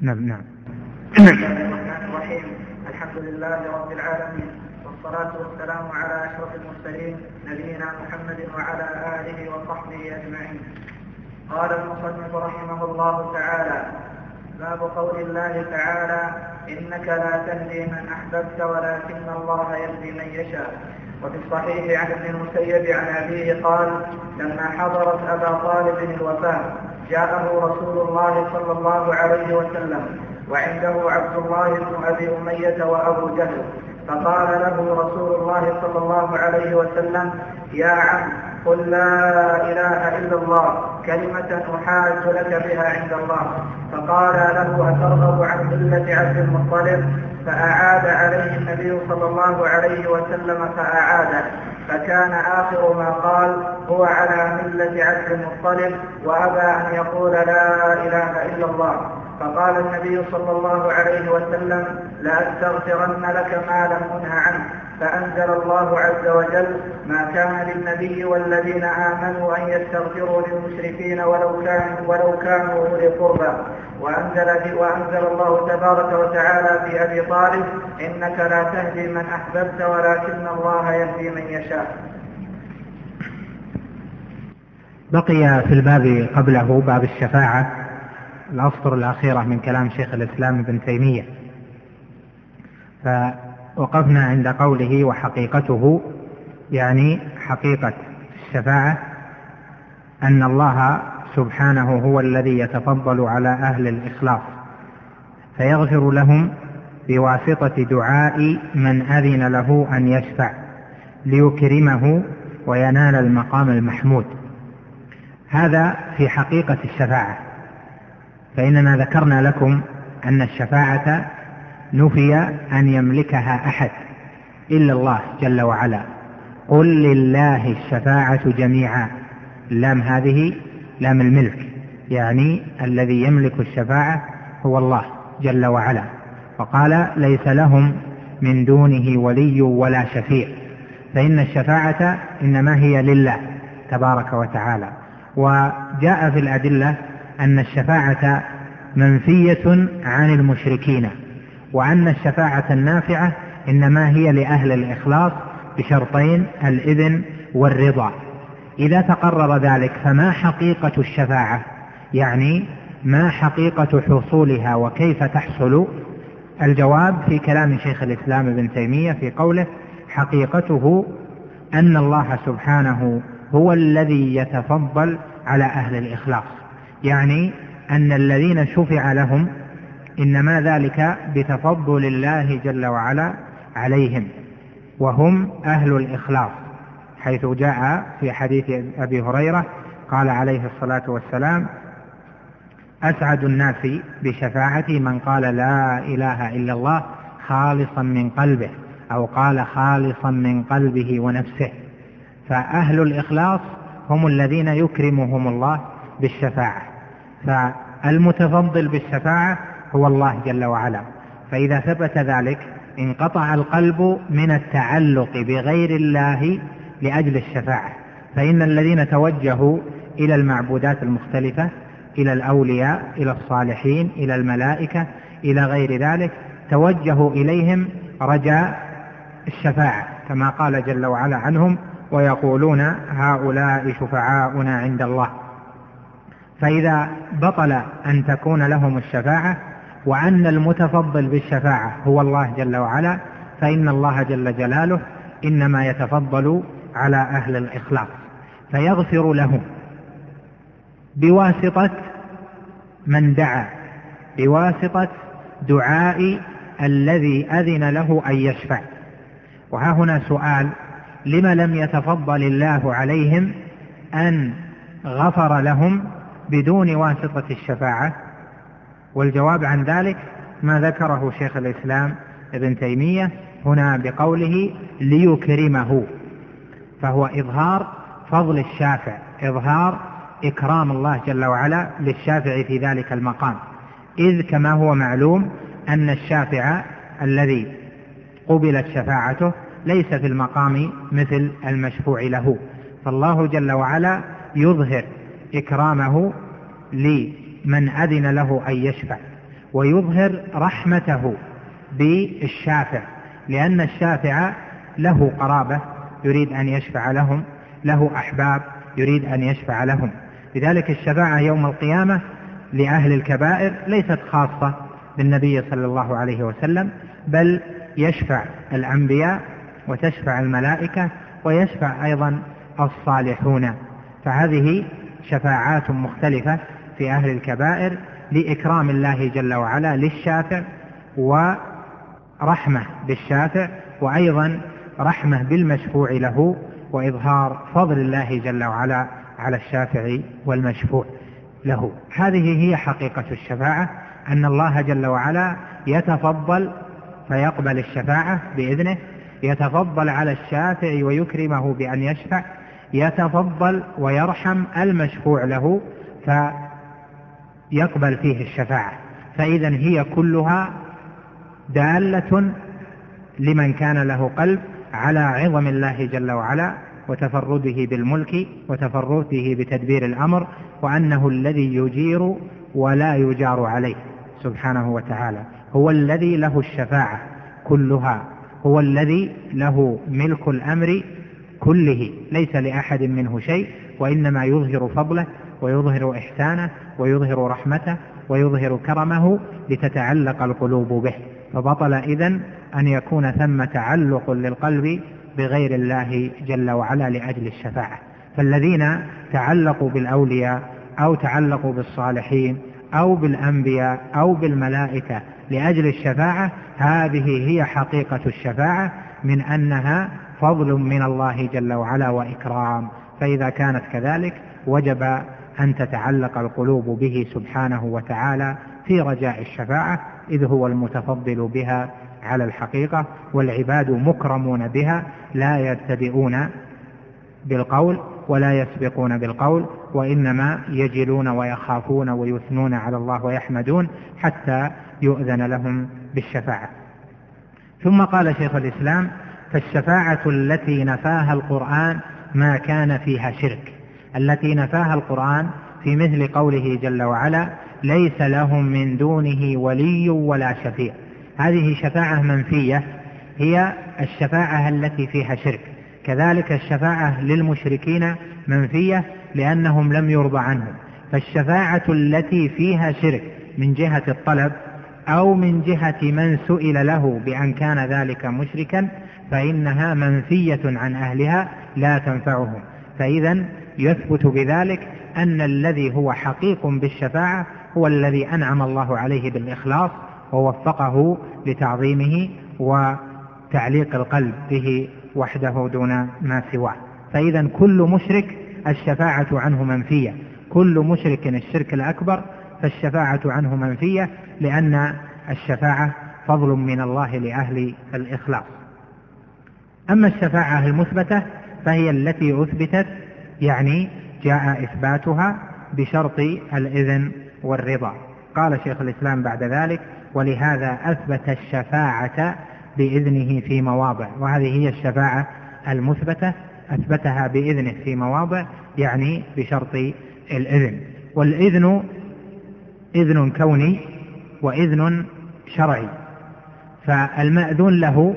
نعم. بسم الله الرحمن الرحيم. الحمد لله رب العالمين، والصلاة والسلام على أشرف المرسلين نبينا محمد وعلى آله وصحبه أجمعين. قال المصنف رحمه الله تعالى: باب قول الله تعالى: إنك لا تهدي من أحببت ولكن الله يهدي من يشاء. وفي الصحيح عن ابن المسيب عن أبيه قال: لما حضرت أبا طالب الوفاة جاءه رسول الله صلى الله عليه وسلم وعنده عبد الله بن أبي أمية وأبو جهل، فقال له رسول الله صلى الله عليه وسلم: يا عم، قل لا إله إلا الله كلمة أحاج لك بها عند الله. فقال له: أترغب عن ملة عبد المطلب؟ فأعاد عليه النبي صلى الله عليه وسلم فأعاد، فكان آخر ما قال: هو على ملة عبد المطلب، وأبى أن يقول لا إله إلا الله. فقال النبي صلى الله عليه وسلم: لأستغفرن لك ما لم أنه عنه. فأنزل الله عز وجل: ما كان للنبي والذين آمنوا أن يستغفروا للمشركين ولو كانوا أولي قربى. وأنزل الله تبارك وتعالى في أبي طالب: إنك لا تهدي من أحببت ولكن الله يهدي من يشاء. بقي في الباب قبله باب الشفاعة الأسطر الأخيرة من كلام شيخ الإسلام ابن تيمية، فوقفنا عند قوله: وحقيقته، يعني حقيقة الشفاعة أن الله سبحانه هو الذي يتفضل على أهل الإخلاص فيغفر لهم بواسطة دعاء من أذن له أن يشفع ليكرمه وينال المقام المحمود. هذا في حقيقة الشفاعة. فإننا ذكرنا لكم أن الشفاعة نفي أن يملكها أحد إلا الله جل وعلا. قل لله الشفاعة جميعا. اللام هذه لام الملك، يعني الذي يملك الشفاعة هو الله جل وعلا. وقال: ليس لهم من دونه ولي ولا شفيع. فإن الشفاعة إنما هي لله تبارك وتعالى. وجاء في الأدلة أن الشفاعة منفية عن المشركين، وأن الشفاعة النافعة إنما هي لأهل الإخلاص بشرطين: الإذن والرضا. إذا تقرر ذلك فما حقيقة الشفاعة؟ يعني ما حقيقة حصولها وكيف تحصل؟ الجواب في كلام شيخ الإسلام ابن تيمية في قوله: حقيقته أن الله سبحانه هو الذي يتفضل على أهل الإخلاص، يعني أن الذين شفع لهم إنما ذلك بتفضل الله جل وعلا عليهم، وهم أهل الإخلاص، حيث جاء في حديث أبي هريرة قال عليه الصلاة والسلام: أسعد الناس بشفاعتي من قال لا إله إلا الله خالصا من قلبه، أو قال خالصا من قلبه ونفسه. فأهل الإخلاص هم الذين يكرمهم الله بالشفاعة، فالمتفضل بالشفاعة هو الله جل وعلا. فإذا ثبت ذلك انقطع القلب من التعلق بغير الله لأجل الشفاعة. فإن الذين توجهوا إلى المعبودات المختلفة، إلى الأولياء، إلى الصالحين، إلى الملائكة، إلى غير ذلك، توجهوا إليهم رجاء الشفاعة، كما قال جل وعلا عنهم: ويقولون هؤلاء شفعاؤنا عند الله. فإذا بطل أن تكون لهم الشفاعة وأن المتفضل بالشفاعة هو الله جل وعلا، فإن الله جل جلاله إنما يتفضل على أهل الإخلاص فيغفر لهم بواسطة من دعا، بواسطة دعاء الذي أذن له أن يشفع. وها هنا سؤال: لما لم يتفضل الله عليهم أن غفر لهم بدون واسطة الشفاعة؟ والجواب عن ذلك ما ذكره شيخ الإسلام ابن تيمية هنا بقوله: ليكرمه. فهو إظهار فضل الشافع، إظهار إكرام الله جل وعلا للشافع في ذلك المقام، إذ كما هو معلوم أن الشافع الذي قبلت شفاعته ليس في المقام مثل المشفوع له. فالله جل وعلا يظهر إكرامه لمن أذن له أن يشفع، ويظهر رحمته بالشافع، لأن الشافع له قرابة يريد أن يشفع لهم، له أحباب يريد أن يشفع لهم. لذلك الشفاعة يوم القيامة لأهل الكبائر ليست خاصة بالنبي صلى الله عليه وسلم، بل يشفع الأنبياء وتشفع الملائكة ويشفع أيضا الصالحون. فهذه شفاعات مختلفة في أهل الكبائر لإكرام الله جل وعلا للشافع، ورحمة بالشافع، وأيضا رحمة بالمشفوع له، وإظهار فضل الله جل وعلا على الشافع والمشفوع له. هذه هي حقيقة الشفاعة، أن الله جل وعلا يتفضل فيقبل الشفاعة بإذنه، يتفضل على الشافع ويكرمه بأن يشفع، يتفضل ويرحم المشفوع له فيقبل فيه الشفاعة. فإذا هي كلها دالة لمن كان له قلب على عظم الله جل وعلا وتفرده بالملك وتفرده بتدبير الأمر، وأنه الذي يجير ولا يجار عليه سبحانه وتعالى، هو الذي له الشفاعة كلها، هو الذي له ملك الأمر كله، ليس لأحد منه شيء، وإنما يظهر فضله ويظهر إحسانه ويظهر رحمته ويظهر كرمه لتتعلق القلوب به. فبطل إذن أن يكون ثم تعلق للقلب بغير الله جل وعلا لأجل الشفاعة. فالذين تعلقوا بالأولياء أو تعلقوا بالصالحين أو بالأنبياء أو بالملائكة لأجل الشفاعة، هذه هي حقيقة الشفاعة، من أنها فضل من الله جل وعلا وإكرام. فإذا كانت كذلك وجب أن تتعلق القلوب به سبحانه وتعالى في رجاء الشفاعة، إذ هو المتفضل بها على الحقيقة، والعباد مكرمون بها، لا يبتدئون بالقول ولا يسبقون بالقول، وإنما يجلون ويخافون ويثنون على الله ويحمدون حتى يؤذن لهم بالشفاعة. ثم قال شيخ الإسلام: فالشفاعة التي نفاها القرآن ما كان فيها شرك، التي نفاها القرآن في مثل قوله جل وعلا: ليس لهم من دونه ولي ولا شفيع. هذه شفاعة منفية، هي الشفاعة التي فيها شرك. كذلك الشفاعة للمشركين منفية لأنهم لم يرضى عنهم. فالشفاعة التي فيها شرك من جهة الطلب أو من جهة من سئل له بأن كان ذلك مشركا فإنها منفية عن أهلها لا تنفعهم. فإذا يثبت بذلك أن الذي هو حقيق بالشفاعة هو الذي أنعم الله عليه بالإخلاص ووفقه لتعظيمه وتعليق القلب به وحده دون ما سواه. فإذا كل مشرك الشفاعة عنه منفية، كل مشرك الشرك الأكبر فالشفاعة عنه منفية، لأن الشفاعة فضل من الله لأهل الإخلاص. أما الشفاعة المثبتة فهي التي أثبتت، يعني جاء إثباتها بشرط الإذن والرضا. قال شيخ الإسلام بعد ذلك: ولهذا أثبت الشفاعة بإذنه في مواضع. وهذه هي الشفاعة المثبتة، أثبتها بإذنه في مواضع، يعني بشرط الإذن. والإذن إذن كوني وإذن شرعي. فالمأذون له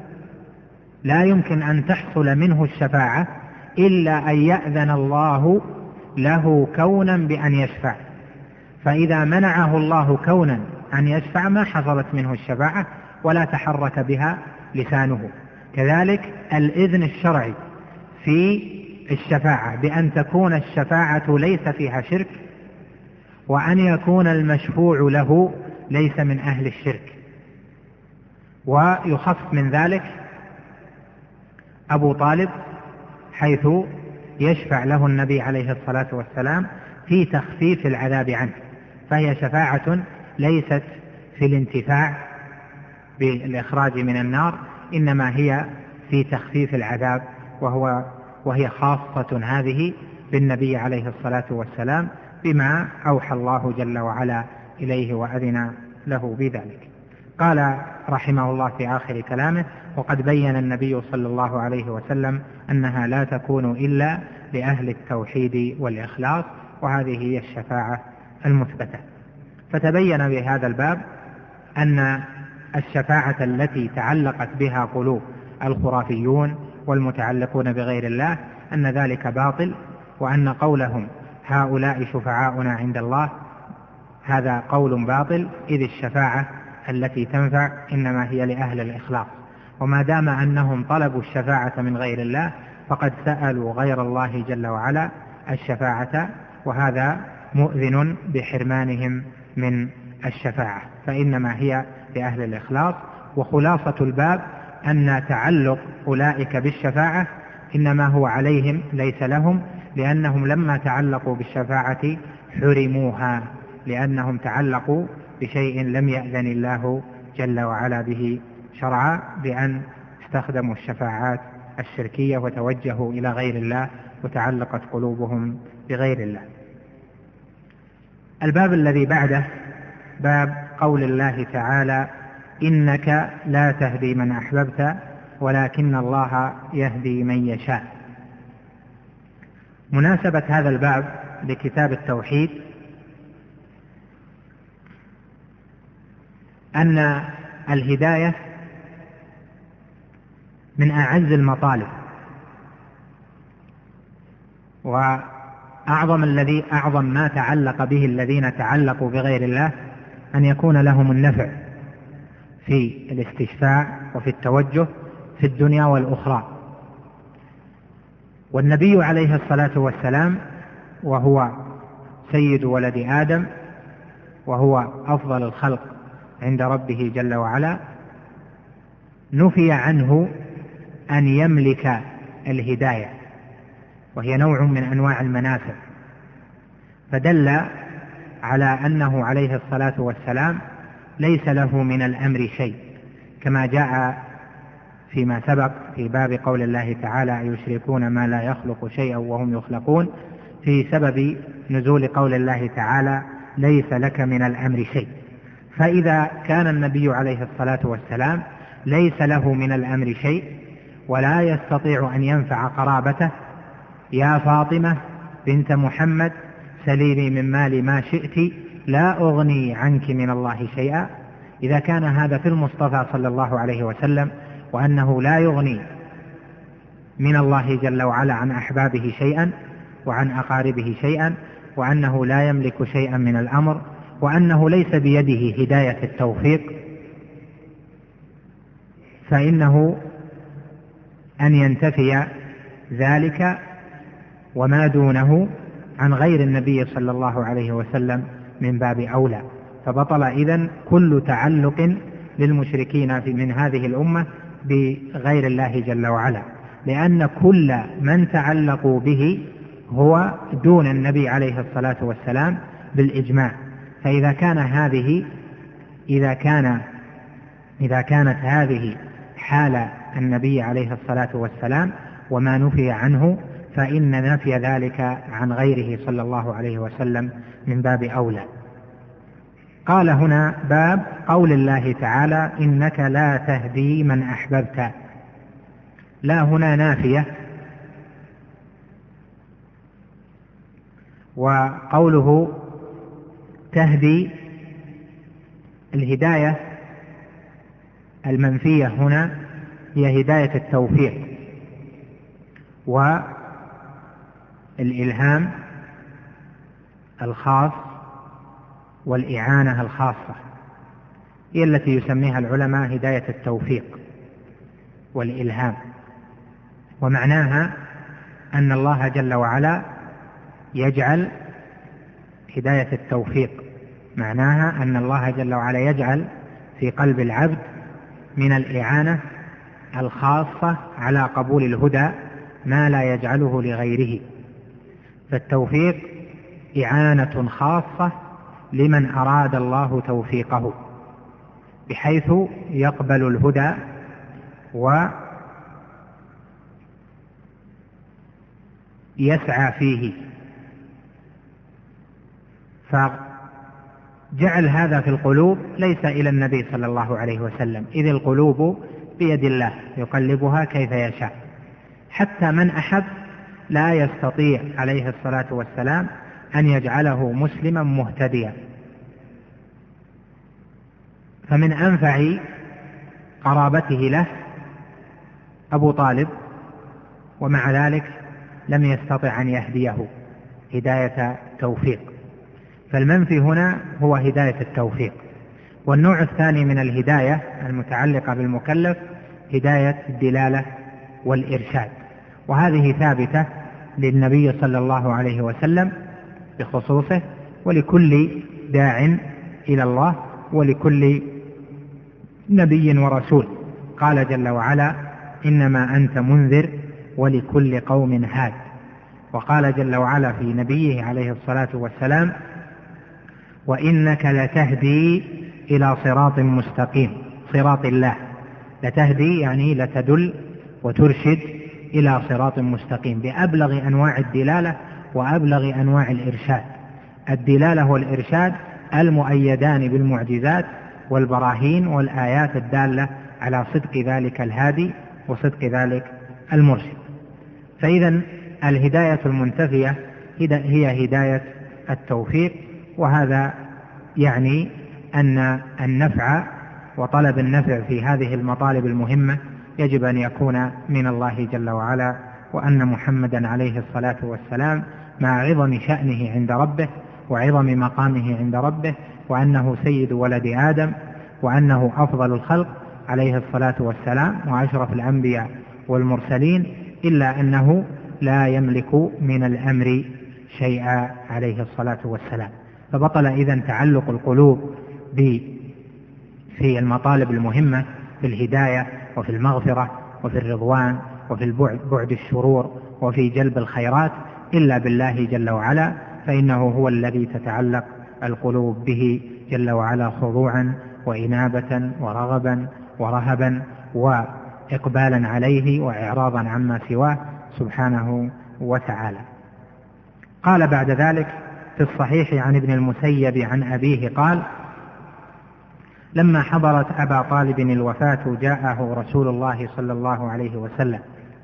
لا يمكن أن تحصل منه الشفاعة إلا أن يأذن الله له كونا بأن يشفع. فإذا منعه الله كونا أن يشفع ما حصلت منه الشفاعة ولا تحرك بها لسانه. كذلك الإذن الشرعي في الشفاعة بأن تكون الشفاعة ليس فيها شرك، وأن يكون المشفوع له ليس من أهل الشرك. ويخص من ذلك أبو طالب، حيث يشفع له النبي عليه الصلاة والسلام في تخفيف العذاب عنه، فهي شفاعة ليست في الانتفاع بالإخراج من النار، إنما هي في تخفيف العذاب، وهي خاصة هذه بالنبي عليه الصلاة والسلام بما أوحى الله جل وعلا إليه وأذن له بذلك. قال رحمه الله في آخر كلامه: وقد بين النبي صلى الله عليه وسلم أنها لا تكون إلا لأهل التوحيد والإخلاص، وهذه هي الشفاعة المثبتة. فتبين بهذا الباب أن الشفاعة التي تعلقت بها قلوب الخرافيون والمتعلقون بغير الله أن ذلك باطل، وأن قولهم هؤلاء شفعاؤنا عند الله هذا قول باطل، إذ الشفاعة التي تنفع إنما هي لأهل الإخلاص، وما دام أنهم طلبوا الشفاعة من غير الله فقد سألوا غير الله جل وعلا الشفاعة، وهذا مؤذن بحرمانهم من الشفاعة، فإنما هي لأهل الإخلاص. وخلاصة الباب أن تعلق أولئك بالشفاعة إنما هو عليهم ليس لهم، لأنهم لما تعلقوا بالشفاعة حرموها، لأنهم تعلقوا بشيء لم يأذن الله جل وعلا به شرعا، بأن استخدموا الشفاعات الشركية وتوجهوا إلى غير الله وتعلقت قلوبهم بغير الله. الباب الذي بعده باب قول الله تعالى: إنك لا تهدي من أحببت ولكن الله يهدي من يشاء. مناسبة هذا الباب لكتاب التوحيد أن الهداية من أعز المطالب، وأعظم ما تعلق به الذين تعلقوا بغير الله أن يكون لهم النفع في الاستشفاع وفي التوجه في الدنيا والأخرى. والنبي عليه الصلاة والسلام وهو سيد ولد آدم وهو أفضل الخلق عند ربه جل وعلا نفي عنه أن يملك الهداية، وهي نوع من أنواع المنافع، فدل على أنه عليه الصلاة والسلام ليس له من الأمر شيء، كما جاء فيما سبق في باب قول الله تعالى: أيشركون ما لا يخلق شيئا وهم يخلقون، في سبب نزول قول الله تعالى: ليس لك من الأمر شيء. فإذا كان النبي عليه الصلاة والسلام ليس له من الأمر شيء ولا يستطيع أن ينفع قرابته: يا فاطمة بنت محمد سليني من مالي ما شئت لا أغني عنك من الله شيئا، إذا كان هذا في المصطفى صلى الله عليه وسلم، وأنه لا يغني من الله جل وعلا عن أحبابه شيئا وعن أقاربه شيئا، وأنه لا يملك شيئا من الأمر، وأنه ليس بيده هداية التوفيق، فإنه أن ينتفي ذلك وما دونه عن غير النبي صلى الله عليه وسلم من باب أولى. فبطل إذن كل تعلق للمشركين من هذه الأمة بغير الله جل وعلا، لأن كل من تعلقوا به هو دون النبي عليه الصلاة والسلام بالإجماع. فإذا كانت هذه حال النبي عليه الصلاة والسلام وما نفي عنه، فإن نفي ذلك عن غيره صلى الله عليه وسلم من باب أولى. قال هنا باب قول الله تعالى: إنك لا تهدي من أحببت. لا هنا نافية، وقوله تهدي الهداية المنفية هنا هي هداية التوفيق والإلهام الخاص والإعانة الخاصة، هي التي يسميها العلماء هداية التوفيق والإلهام. ومعناها أن الله جل وعلا يجعل هداية التوفيق، معناها أن الله جل وعلا يجعل في قلب العبد من الإعانة الخاصة على قبول الهدى ما لا يجعله لغيره. فالتوفيق إعانة خاصة لمن أراد الله توفيقه، بحيث يقبل الهدى ويسعى فيه. فجعل هذا في القلوب ليس إلى النبي صلى الله عليه وسلم، إذ القلوب بيد الله يقلبها كيف يشاء. حتى من أحب لا يستطيع عليه الصلاة والسلام أن يجعله مسلما مهتديا، فمن أنفع قرابته له أبو طالب، ومع ذلك لم يستطع أن يهديه هداية توفيق، فالمنفي هنا هو هداية التوفيق. والنوع الثاني من الهداية المتعلقة بالمكلف هداية الدلالة والإرشاد، وهذه ثابتة للنبي صلى الله عليه وسلم بخصوصه، ولكل داع إلى الله، ولكل نبي ورسول. قال جل وعلا: إنما أنت منذر ولكل قوم هاد. وقال جل وعلا في نبيه عليه الصلاة والسلام: وإنك لتهدي إلى صراط مستقيم. صراط الله، لتهدي يعني لتدل وترشد إلى صراط مستقيم بأبلغ أنواع الدلالة وأبلغ أنواع الإرشاد. الدلالة والإرشاد المؤيدان بالمعجزات والبراهين والآيات الدالة على صدق ذلك الهادي وصدق ذلك المرشد. فإذا الهداية المنتفية هي هداية التوفيق، وهذا يعني أن النفع وطلب النفع في هذه المطالب المهمة يجب أن يكون من الله جل وعلا، وأن محمدا عليه الصلاة والسلام مع عظم شأنه عند ربه وعظم مقامه عند ربه، وأنه سيد ولد آدم، وأنه أفضل الخلق عليه الصلاة والسلام وأشرف الأنبياء والمرسلين، إلا أنه لا يملك من الأمر شيئا عليه الصلاة والسلام. فبطل إذن تعلق القلوب في المطالب المهمة، في الهداية وفي المغفرة وفي الرضوان وفي بعد الشرور وفي جلب الخيرات إلا بالله جل وعلا، فإنه هو الذي تتعلق القلوب به جل وعلا خضوعا وإنابة ورغبا ورهبا وإقبالا عليه وإعراضا عما سواه سبحانه وتعالى. قال بعد ذلك في الصحيح عن ابن المسيب عن أبيه قال: لما حضرت أبا طالب الوفاة جاءه رسول الله صلى الله عليه وسلم،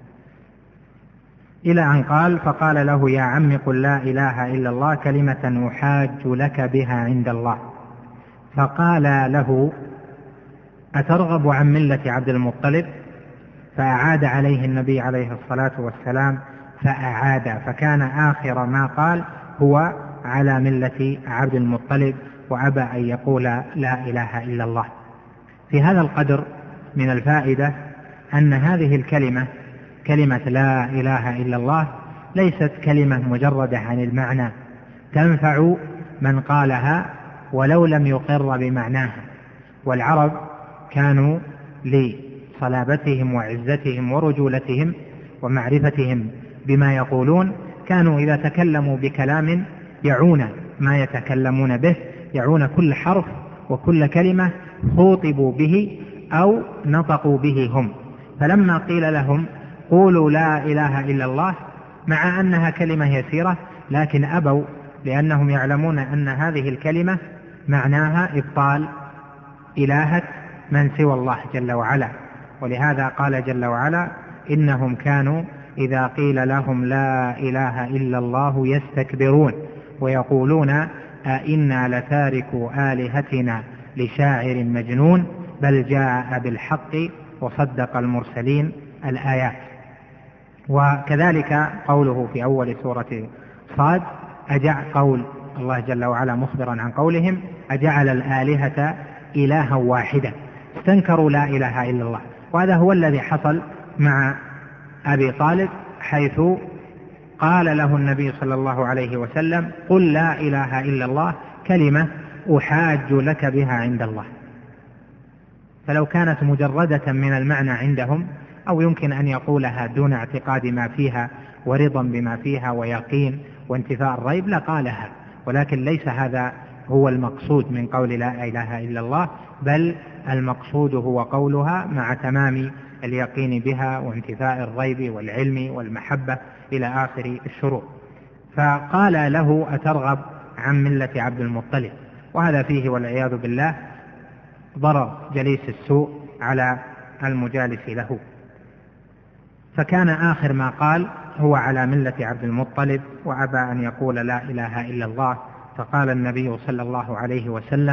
إلى أن قال: فقال له: يا عم قل لا إله إلا الله كلمة أحاج لك بها عند الله. فقال له: أترغب عن ملة عبد المطلب؟ فأعاد عليه النبي عليه الصلاة والسلام فأعاد، فكان آخر ما قال هو على ملة عبد المطلب، وأبى أن يقول لا إله إلا الله. في هذا القدر من الفائدة أن هذه الكلمة، كلمة لا إله إلا الله، ليست كلمة مجردة عن المعنى تنفع من قالها ولو لم يقر بمعناها. والعرب كانوا لصلابتهم وعزتهم ورجولتهم ومعرفتهم بما يقولون، كانوا إذا تكلموا بكلام يعون ما يتكلمون به، يعون كل حرف وكل كلمة خوطبوا به أو نطقوا به هم. فلما قيل لهم قولوا لا إله إلا الله، مع أنها كلمة يسيرة، لكن أبوا، لأنهم يعلمون أن هذه الكلمة معناها إبطال إلهة من سوى الله جل وعلا. ولهذا قال جل وعلا: إنهم كانوا إذا قيل لهم لا إله إلا الله يستكبرون ويقولون أئنا لتاركوا آلهتنا لشاعر مجنون بل جاء بالحق وصدق المرسلين. الآيات. وكذلك قوله في أول سورة صاد قول الله جل وعلا مخبرا عن قولهم: أجعل الآلهة إلها واحدا. استنكروا لا إله إلا الله. وهذا هو الذي حصل مع أبي طالب، حيث قال له النبي صلى الله عليه وسلم: قل لا إله إلا الله كلمة أحاج لك بها عند الله. فلو كانت مجردة من المعنى عندهم، أو يمكن أن يقولها دون اعتقاد ما فيها ورضا بما فيها ويقين وانتفاء الريب لقالها، ولكن ليس هذا هو المقصود من قول لا إله إلا الله، بل المقصود هو قولها مع تمام اليقين بها وانتفاء الريب والعلم والمحبة إلى آخر الشروط. فقال له: أترغب عن ملة عبد المطلب؟ وهذا فيه والعياذ بالله ضرر جليس السوء على المجالس له. فكان آخر ما قال هو على ملة عبد المطلب، وأبى أن يقول لا إله إلا الله. فقال النبي صلى الله عليه وسلم: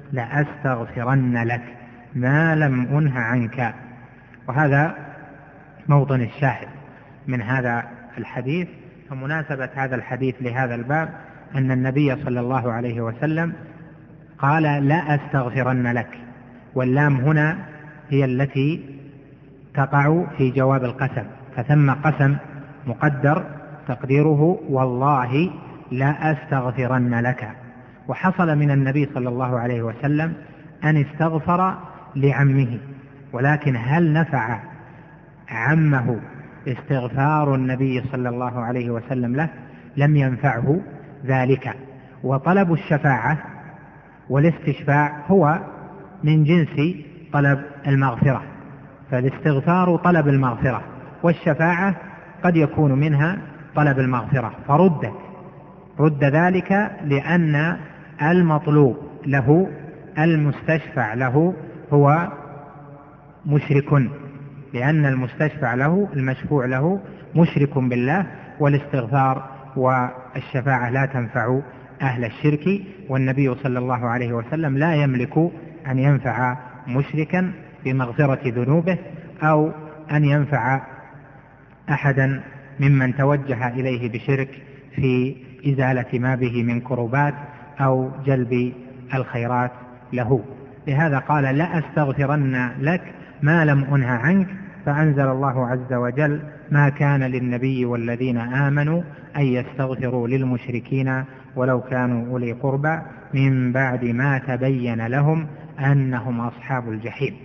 لأستغفرن لك ما لم أنه عنك. وهذا موطن الشاهد من هذا الحديث. فمناسبة هذا الحديث لهذا الباب أن النبي صلى الله عليه وسلم قال لا أستغفرن لك، واللام هنا هي التي تقع في جواب القسم، فثم قسم مقدر تقديره والله لا أستغفرن لك. وحصل من النبي صلى الله عليه وسلم أن استغفر لعمه، ولكن هل نفع عمه استغفار النبي صلى الله عليه وسلم له؟ لم ينفعه ذلك. وطلب الشفاعة والاستشفاع هو من جنس طلب المغفرة، فالاستغفار طلب المغفرة، والشفاعة قد يكون منها طلب المغفرة، رد ذلك لأن المطلوب له المستشفع له هو مشرك، لأن المستشفع له المشفوع له مشرك بالله، والاستغفار والشفاعة لا تنفع أهل الشرك. والنبي صلى الله عليه وسلم لا يملك أن ينفع مشركا بمغفرة ذنوبه أو أن ينفع أحدا ممن توجه إليه بشرك في إزالة ما به من كربات أو جلب الخيرات له. لهذا قال لا أستغفرن لك ما لم أنه عنك. فأنزل الله عز وجل ما كان للنبي والذين آمنوا أن يستغفروا للمشركين ولو كانوا أولي قربى من بعد ما تبين لهم أنهم أصحاب الجحيم.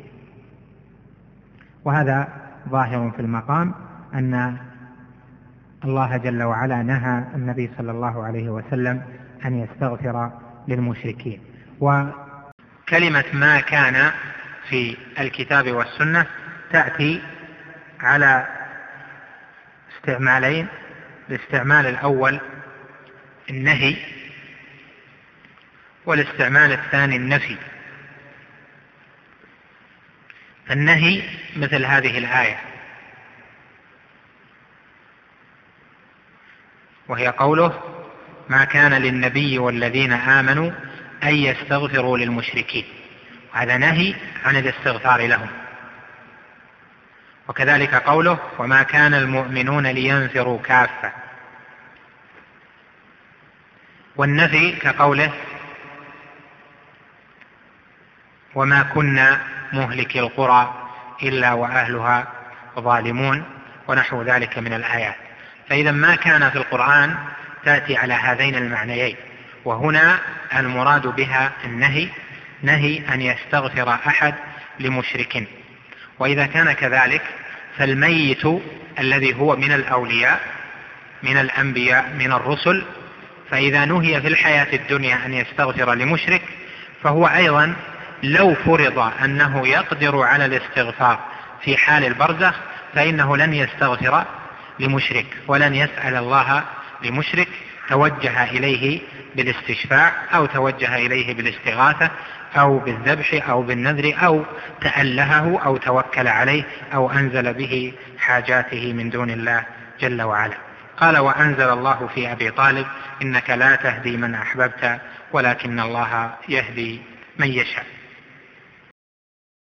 وهذا ظاهر في المقام أن الله جل وعلا نهى النبي صلى الله عليه وسلم أن يستغفر للمشركين. وكلمة ما كان في الكتاب والسنة تأتي على استعمالين. الاستعمال الأول النهي، والاستعمال الثاني النفي. النهي مثل هذه الآية، وهي قوله ما كان للنبي والذين آمنوا أن يستغفروا للمشركين، وهذا نهي عن الاستغفار لهم. وكذلك قوله وما كان المؤمنون لينفروا كافة. والنفي كقوله وما كنا مهلك القرى إلا وأهلها ظالمون، ونحو ذلك من الآيات. فإذا ما كان في القرآن تأتي على هذين المعنيين، وهنا المراد بها النهي، نهي أن يستغفر أحد لمشرك. وإذا كان كذلك فالميت الذي هو من الأولياء من الأنبياء من الرسل، فإذا نهي في الحياة الدنيا أن يستغفر لمشرك، فهو أيضا لو فرض أنه يقدر على الاستغفار في حال البرزخ فإنه لن يستغفر لمشرك ولن يسأل الله لمشرك توجه إليه بالاستشفاع أو توجه إليه بالاستغاثة أو بالذبح أو بالنذر أو تألهه أو توكل عليه أو أنزل به حاجاته من دون الله جل وعلا. قال وأنزل الله في أبي طالب إنك لا تهدي من أحببت ولكن الله يهدي من يشاء.